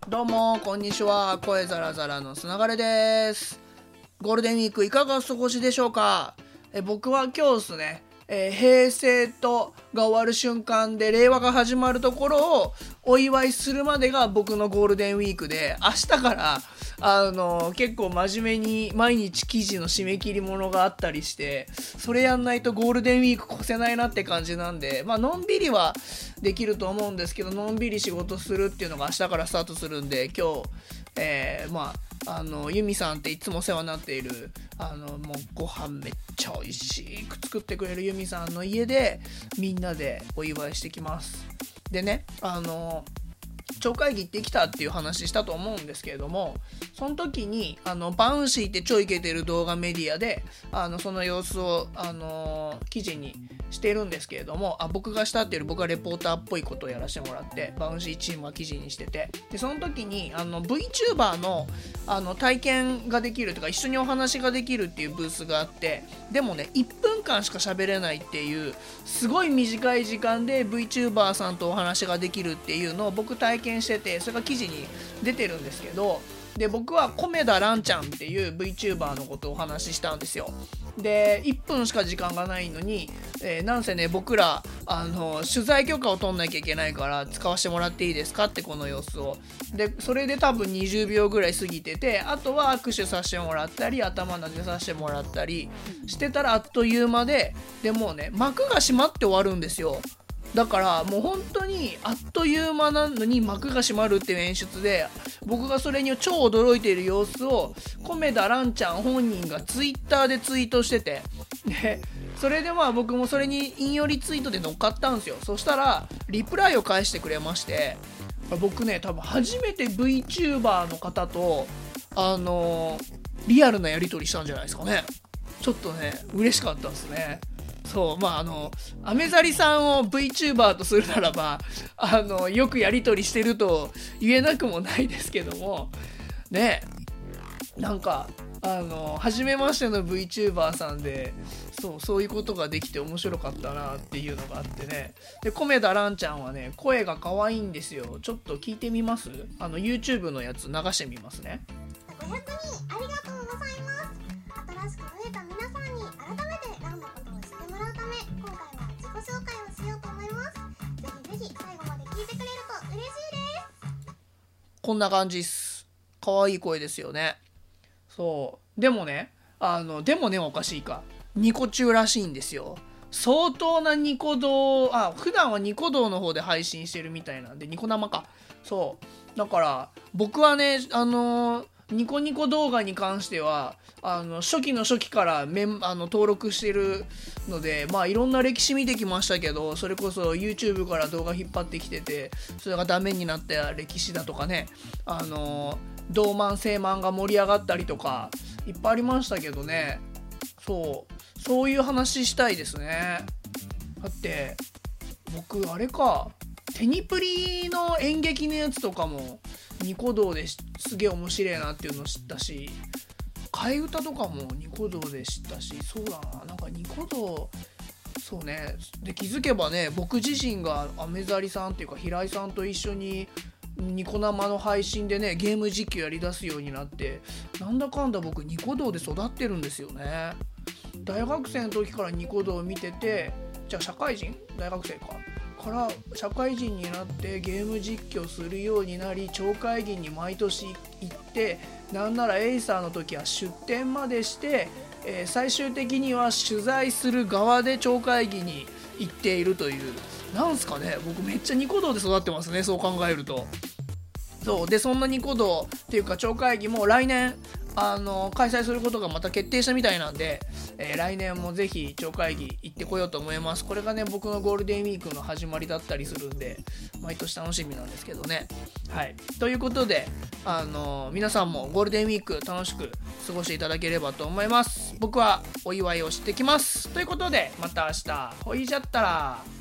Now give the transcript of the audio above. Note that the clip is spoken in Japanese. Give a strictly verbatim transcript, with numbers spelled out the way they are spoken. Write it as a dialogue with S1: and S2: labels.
S1: どうもこんにちは、声ザラザラのつながれです。ゴールデンウィークいかがお過ごしでしょうか。え僕は今日ですね、えー、平成とが終わる瞬間で令和が始まるところをお祝いするまでが僕のゴールデンウィークで、明日からあの結構真面目に毎日記事の締め切りものがあったりして、それやんないとゴールデンウィーク越せないなって感じなんで、まあのんびりはできると思うんですけど、のんびり仕事するっていうのが明日からスタートするんで、今日、えー、まああのユミさんっていつもお世話になっているあのもうご飯めっちゃ美味しく作ってくれるユミさんの家でみんなでお祝いしてきます。でね、あの町会議行ってきたっていう話したと思うんですけれども、その時にあのバウンシーってちょいイケてる動画メディアであのその様子をあの記事にしてるんですけれども、あ僕がしたっていうより僕がレポーターっぽいことをやらせてもらって、バウンシーチームが記事にしてて、でその時にあの VTuber の, あの体験ができるというか一緒にお話ができるっていうブースがあって、でもねいっぷんかんしか喋れないっていうすごい短い時間で VTuber さんとお話ができるっていうのを僕体験してて、それが記事に出てるんですけど、で僕はコメダランちゃんっていう VTuber のことをお話ししたんですよ。でいっぷんしか時間がないのに、えー、なんせね僕らあの取材許可を取んなきゃいけないから使わせてもらっていいですかって、この様子を。でそれで多分にじゅうびょうぐらい過ぎてて、あとは握手させてもらったり頭撫でさせてもらったりしてたらあっという間で、でもうね幕が閉まって終わるんですよ。だからもう本当にあっという間なのに幕が閉まるっていう演出で、僕がそれに超驚いている様子をコメダランちゃん本人がツイッターでツイートしてて、でそれでまあ僕もそれに引用リツイートで乗っかったんですよ。そしたらリプライを返してくれまして、僕ね多分初めて VTuber の方とあのー、リアルなやり取りしたんじゃないですかね。ちょっとね嬉しかったですね。そうまああのアメザリさんを VTuber とするならばあのよくやり取りしてると言えなくもないですけどもね、なんかあの初めましての VTuber さんでそうそういうことができて面白かったなっていうのがあってね。でコメダランちゃんはね声が可愛いんですよ。ちょっと聞いてみます？あの YouTube のやつ流してみますね。
S2: ごひゃくにんありがとうございます。新しく増えた皆さんに改めてランのことを知ってもらうため、今回は自己紹介をしようと思います。ぜひぜひ最後まで聞いてくれると嬉しいです。
S1: こんな感じっす。可愛い声ですよね。そうでもねあのでもねおかしいか、ニコ中らしいんですよ。相当なニコ動、あ普段はニコ動の方で配信してるみたいなんで、ニコ生か。そうだから僕はねあのニコニコ動画に関してはあの初期の初期からメンあの登録してるので、まあいろんな歴史見てきましたけど、それこそ YouTube から動画引っ張ってきてて、それがダメになった歴史だとかね、あの動漫性漫が盛り上がったりとかいっぱいありましたけどね。そうそういう話したいですね。だって僕あれか、テニプリの演劇のやつとかもニコ動ですげえ面白いなっていうのを知ったし、替え歌とかもニコ動で知ったし、そうだな、なんかニコ動そうね。で気づけばね僕自身がアメザリさんっていうか平井さんと一緒にニコ生の配信でねゲーム実況やりだすようになって、なんだかんだ僕ニコ動で育ってるんですよね。大学生の時からニコ動を見てて、じゃあ社会人大学生かから社会人になってゲーム実況するようになり、町会議に毎年行って、なんならエイサーの時は出展までして、えー、最終的には取材する側で町会議に行っているという、なんすかね僕めっちゃニコ動で育ってますね、そう考えると。そうでそんなニコ動っていうか町会議も来年あの開催することがまた決定したみたいなんで、えー、来年もぜひ町会議行ってこようと思います。これがね僕のゴールデンウィークの始まりだったりするんで、毎年楽しみなんですけどね。はいということであの皆さんもゴールデンウィーク楽しく過ごしていただければと思います。僕はお祝いをしてきます。ということでまた明日ほいじゃったら。